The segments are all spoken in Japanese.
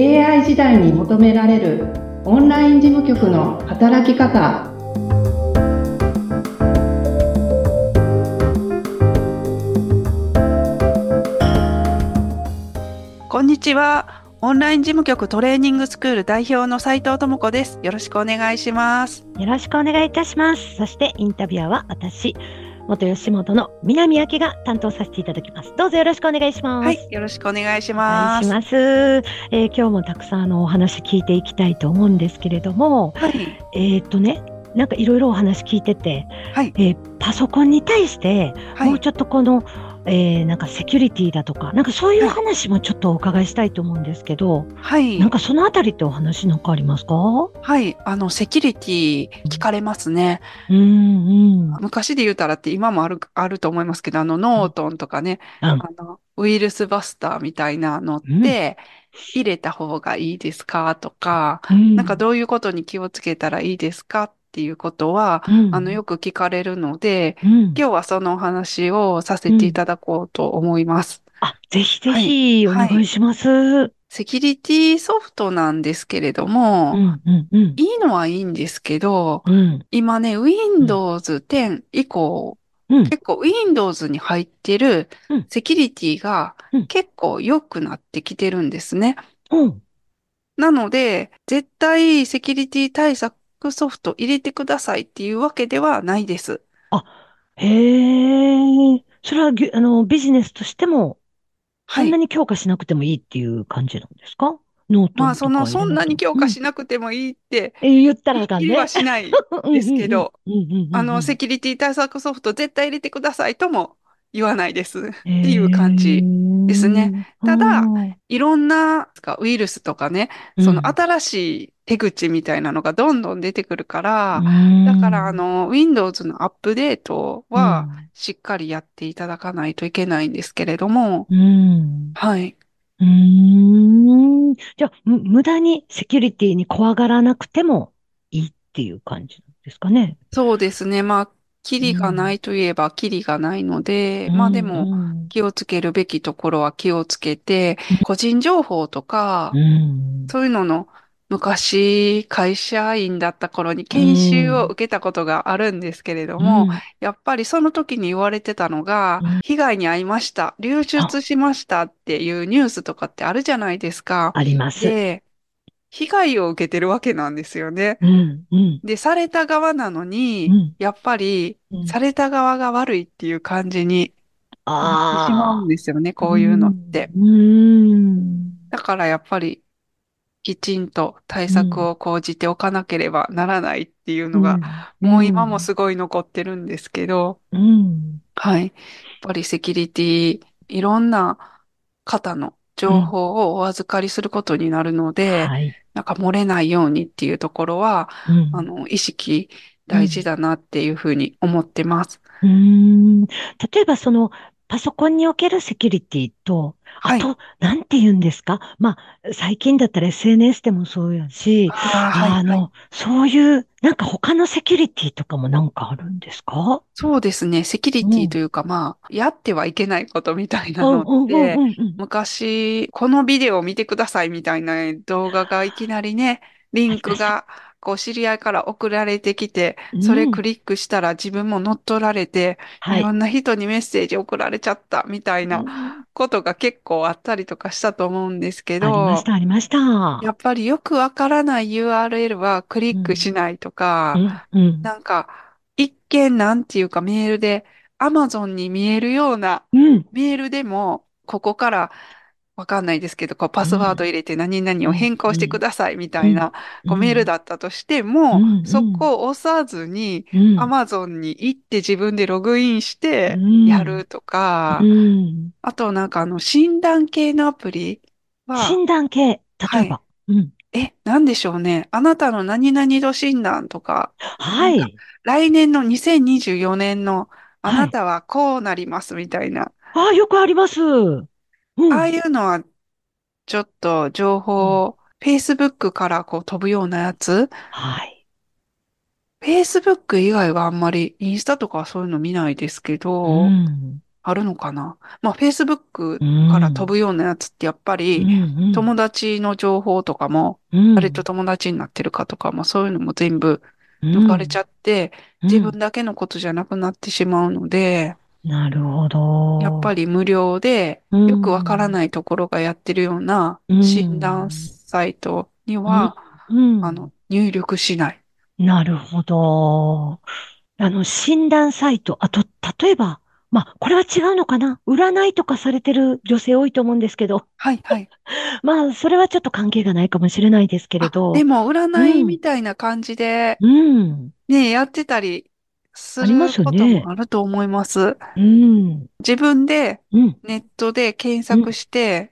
AI 時代に求められるオンライン事務局の働き方。 こんにちは。オンライン事務局トレーニングスクール代表の斉藤智子です。よろしくお願いします。 よろしくお願いいたします。そしてインタビュアーは私、元吉本の南明が担当させていただきます。どうぞよろしくお願いします。 はい、よろしくお願いしお願ます。 いします。今日もたくさんお話聞いていきたいと思うんですけれども、 はい、 なんかいろいろお話聞いてて、 はい、 パソコンに対してはい、 もうちょっとなんかセキュリティだとか、なんかそういうはい、 話もちょっとお伺いしたいと思うんですけど、 はい、 なんかそのあたりってお話なんかありますか？ はい、セキュリティ聞かれますね。 うんうん。 昔で言うたらって今もあると思いますけど、ノートンとかね、 うん。 ウイルスバスターみたいなのっうん。 て入れた方がいいですかとか、 うん。 なんかどういうことに気をつけたらいいですかっていうことは、 うん。 よく聞かれるので、 うん。 今日はそのお話をさせうん。 ていただこうと思います。 あ、ぜひぜはい。 ひおはい。 願いします。うん。 セキュリティソフトなんですけれども、 うん。うん。 いいのはいいんですけど、 うん。 今ね、 うん。 Windows 10以降、 うん。 結構 Windows に入ってるうん。 セキュリティがうん。 結構良くなってきてるんですね。 うん。 なので、絶対セキュリティ対策ソフト入れてくださいっていうわけではないです。 あ、へえ。それはビジネスとしても、そんなはい。 に強化しなくてもいいっていう感じなんですか？ノートまあ、 ンとか入れそんなになくても。うん。 強化しなくてもいいって言ったらあかんね。 言い切りはしないうんでうんうん。 すけど、 うんうんうんうセキュリティ対策ソフト絶対入れてくださいとも言わないですっん。へていう感じですね。 え。あただ、 あ。 いろんなウイルスとかね、そのうん。 新しい手口みたいなのがどんどん出てくるかうーら、だからん。 Windows のアップデートうはん。 しっかりやっていただかないといけないんですけれども、 うん。 はい。 うーん。じゃあ、無駄にセキュリティに怖がらなくてもいいっていう感じなんですかね。 そうですね。まあ、キリがなうん。 いといえばキリがないので、 うん。 まあでもうん。 気をつけるべきところは気をつけて、個人情報とうか、 ん。 そういうのの昔会社員だった頃にう研修をん。 受けたことがあるんですけれども、 うん。 やっぱりその時に言われてたのが、 うん。 被害に遭いました、流あ、 出しましたっていうニュースとかってあるじゃないですか。 あります。 で、被害を受けてるわけなんですよね。 うん。うん。 で、された側なのに、 うん。 やっぱり、 うん。 された側が悪いっていう感じになってしまうんああ。 ですよね、 うこういうのっん。 て。 うん。 だからやっぱり、きちんと対うん。 策を講じておかなければならないっていううのが、 ん。うもう今もん。 すごい残ってるんですけど、 うん。 はい。やっぱりセキュリティ、いろんな方の情うん。 報をお預かりすることになるので、 はい。 なんか漏れないようにっていうところは、 うん。 意識うん。 大事だなっていうふうに思ってます。 うーん。例えばパソコンにおけるセキュリティと、あはい。 と、なんて言うんですか？まあ、最近だったら SNS でもそうやし、 ああ、はい、はい。 そういう、なんか他のセキュリティとかもなんかあるんですか？ そうですね。セキュリティとうん。 いうか、まあ、やってはいけないことみたいなうんのっうんうんて、 うんうん。 昔、このビデオを見てくださいみたいな動画がいきなりね、リありました。 ンクが、知り合いから送られてきて、 うそれクん。 リックしたら自分も乗っ取られて、いはい。 ろんな人にメッセージ送られちゃったみたいうなん。 ことが結構あったりとかしたと思うんですけど、 ありました、ありました。 やっぱりよくわからない URL はクリックうん。 しないとか、 うん。うん。 なんか、一見なんていうかメールで Amazon に見えるようなうん。 メールでも、ここからわかんないですけど、パスワードうん。 入れて何々をうん。 変更してくうん。 ださいみたうん。 いなメールうん。 だったとしても、 うん。うそん。 こを押さずにうん。 Amazon に行って自分でログインしうてやん。 るとうか、 ん。 あとなんか診断系のアプリは、 診断系、例はい。 えば。うん。 なんでしょうね。あなたの何々度診断とか、なんか、 はい。 来年の2024年のあはい。 なたはこうなりますみたいな。 ああ、よくあります。うああん。 いうのはちょっと情うん。 報を Facebook から飛ぶようなやつ。 はい。 Facebook 以外はあんまりインスタとかはそういうの見ないですけうど、 ん。 あるのかな。まあ、Facebook うから飛ん。 ぶようなやつってやっぱうん、 り、 うん、 友達の情報とかも、 う誰とん、 友達になってるかとかも、そういうのも全部う抜かれちん、 ゃって、 うん。 自分だけのことじゃなくなってしまうので、 なるほやっぱど。 り無料で、 うよくわからん、 ないところがやってるようなう診断ん、 サイトにうん、 は、 うん。 入力しない。 なるほど。診断サイト、あと、例えば、まあ、これは違うのかな、占いとかされてる女性多いと思うんですけど、 はい、はい。 まあ、それはちょっと関係がないかもしれないですけれあ、でど、 も、 う占いみん、 たいな感じで、 うん、 ね、やってたりすありますよることもね。 あると思います。 うん、 自分でうん、 ネットで検うん、 索して、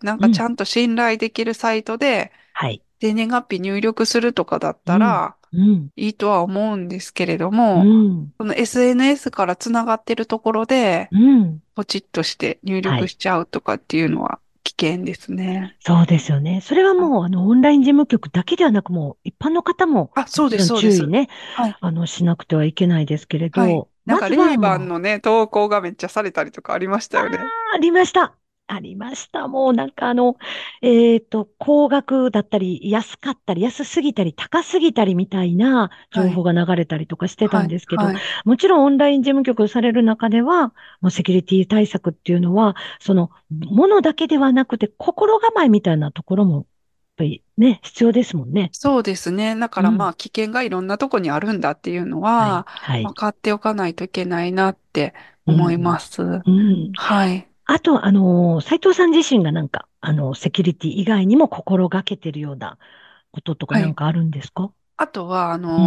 なんうん。 かちゃんと信頼できるサイトではい。 生年月日入力するとかだっうん、 たらうん、 いいとは思うんですけれどうも、 ん、 その SNS からつながってるところでうん。 ポチッとして入はい。 力しちゃうとかっていうのは危険ですね。 そうですよね。それはあ、 もう、オンライン事務局だけではなく、もう、一般の方も、 あ、そうです、 もちろんそうです。 注意ね、 はい、 しなくてはいけないですけれはい。 ど、まずなんかレイはもう、 バンのね、投稿がめっちゃされたりとかありましたよね。 ありました。ありました。もうなんか高額だったり、安かったり、安すぎたり、高すぎたりみたいなはい、 情報が流れたりとかしてたはい、 んですけど、 はい。 もちろんオンライン事務局をされる中では、もうセキュリティ対策っていうのは、ものだけではなくて、心構えみたいなところも、やっぱりね、必要ですもんね。 そうですね。だかうん。 らまあ危険がいろんなとこにあるんだっていうのはい。 ははい。 分かっておかないといけないなって思いうん。 ます。 うん。 はい。 あと、斉藤さん自身がなんか、セキュリティ以外にも心がけてるようなこととかはい。 なんかあるんですか？ あとは、 うん。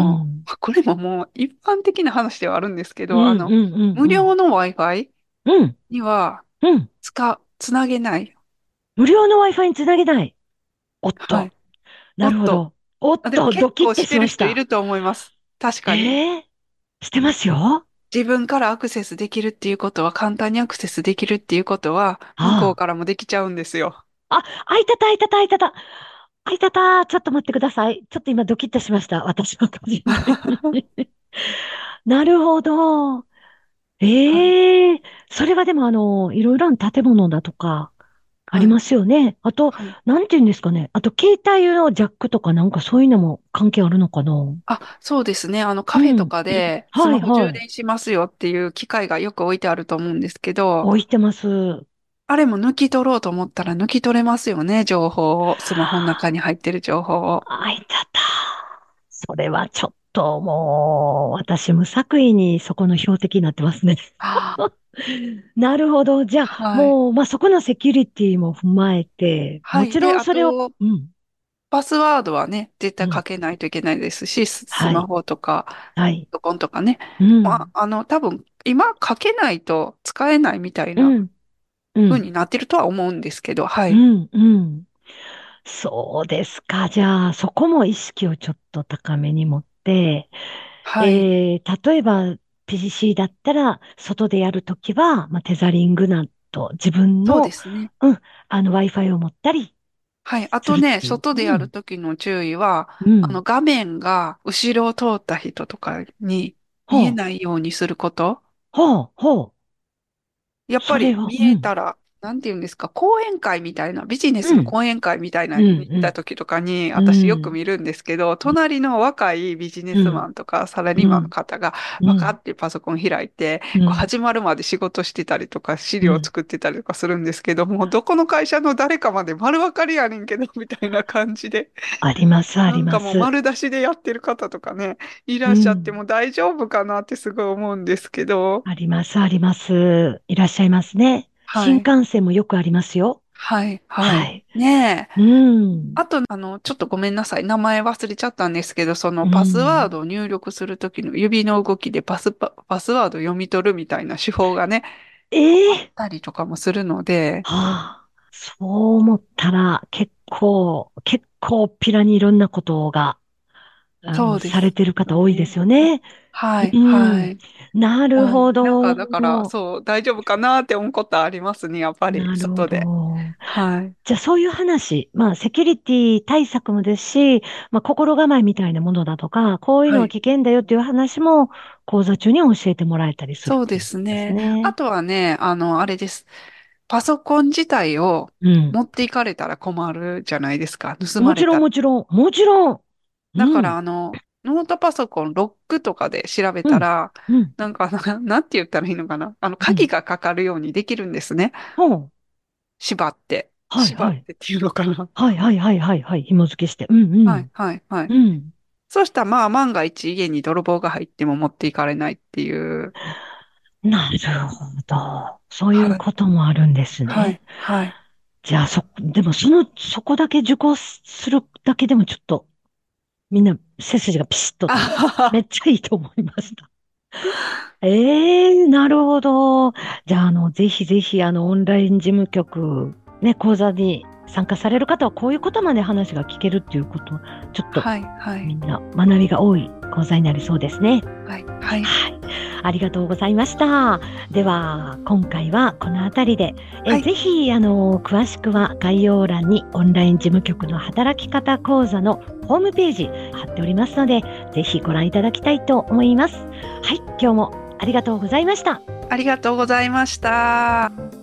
これももう一般的な話ではあるんですけど、 うん、うん、うん、うん。 無料の Wi-Fi うん、 にはうん。 つなげない。 無料の Wi-Fi につなげない。おっと。 はい。おっと。 なるほど。おっあ、でもと、ド結構しキッてしてる人いました。 ると思います。確かに。 ええしてますよ。 自分からアクセスできるっていうことは、簡単にアクセスできるっていうことは、向こうあからもできちゃうんですよ。 あ。あ、あいたた、あいたた、あいたた。あいたた。ちょっと待ってください。ちょっと今ドキッとしました。私は個人的に。なるほど。 はい。 ええそれはでもいろいろな建物だとか、ありはい。 ますよね。あと、 はい。 なんて言うんですかね。あと、携帯のジャックとかなんかそういうのも関係あるのかな？ あ、そうですね。カフェとうん。 かでスはい、 マホ充はい。 電しますよっていう機械がよく置いてあると思うんですけど、 置いてます。 あれも抜き取ろうと思ったら抜き取れますよね、情報を。スマホの中に入ってる情報を。 あいたた。それはちょっともう、私無作為にそこの標的になってますね。 あなるほど。じゃあ、 あ、はい。 もう、まあ、そこのセキュリティも踏まえて、 はい。 もちろで、 んそれを、うん、 パスワードはね、絶対かうん。 けないといけないですし、スマはい、 ホとか、 はい。 パソコンとかね。 うまあ、 ん、 多分、今かけないと使えないみたいなうん、うん、 風になってるとは思うんですけど、はい。 うん、うん。そうですか。じゃあ、そこも意識をちょっと高めに持って、 はい。 例えば PC だったら、外でやるときは、まあ、テザリングなんと自分そうでの、 すね。 うん、Wi-Fi を持ったりはい。あすとね、 るっていう。 外でやるうん、 ときの注意は、 うん。 画面が後ろを通った人とかに見えほう、 ないようにすること。 ほう、ほう。 やっぱそれは、 り見うん、 えたら、なんて言うんですか、講演会みたいな、ビジネスうん、 の講演会みたいなうん、 のに行ったう時とかに、 ん、う私よくん、 見るんですけど、隣の若いビジネスマうん、 ンとかサラリーマンのうん、 方が、バカうん、 ってパソコン開いて、 うん、 こう始まるまで仕事してたりとか、資料をうん。 作ってたりとかするんですけども、どこの会社の誰かまで丸分かりやねんけど、みたいな感じで。 あります、ありなんかもうます。 丸出しでやってる方とかね、いらっしゃってうん。 も大丈夫かなってすごい思うんですけど、 あります、あります。いらっしゃいますね。新はい。 幹線もよくありますよ。 はい、はい。 はい。 ねえ。 うん。 あと、ちょっとごめんなさい。名前忘れちゃったんですけど、そのうパスワーん。 ドを入力するときの指の動きでパスワードを読み取るみたいな手法がね、あっええたりとかもするので、 はあ、そう思ったら、結構ピラにいろんなことが、されそうですてる方多いですよね。 よね。 はい、 うん。 はい。 なるほど。 だから、そう、大丈夫かなって思うことありますね、やっぱり、 なるほ外で。 ど。 はい。 じゃあそういう話、セキュリティ対策もですし、心構えみたいなものだとか、こういうのはい。 は危険だよっていう話も講座中に教えてもらえたりするっそうでていうことですすね。あね。 とはね、あれです。パソコン自体をうん。 持っていかれたら困るじゃないですか。盗まもちろん、 れたら。 もちろん、もちろん。 だから、 うん。 ノートパソコン、ロックとかで調べうん。 たら、 うん。 なんて言ったらいいのかな。 うん。 鍵がかかるようにできるんですね。 ほう。 縛って。 はい、 縛はい。 ってっていうのかな。 はい、はい、はい、はい、はい。紐付けして。うん、うはい、 ん。 はい、はい。 うん。 そうしたら、まあ、万が一家に泥棒が入っても持っていかれないっていう。 なるほど。そういうはい、 こともあるんですね。 はい、はい。 じゃあ、でもそこだけ受講するだけでもちょっと、みんな背筋がピシッとあ立って、 はは。 めっちゃいいと思いました。ええ、なるほど。じゃあ、ぜひぜひ、オンライン事務局、ね、講座に参加される方は、こういうことまで話が聞けるっていうことは、ちょっと、 はい、はい、 みんな学びが多い講座になりそうですね。 はい、はい。 はい。ありがとうございました。では、今回はこのあたりで、 はい。 ぜひ、詳しくは概要欄にオンライン事務局の働き方講座のホームページ貼っておりますので、ぜひご覧いただきたいと思います。はい。今日もありがとうございました。 ありがとうございました。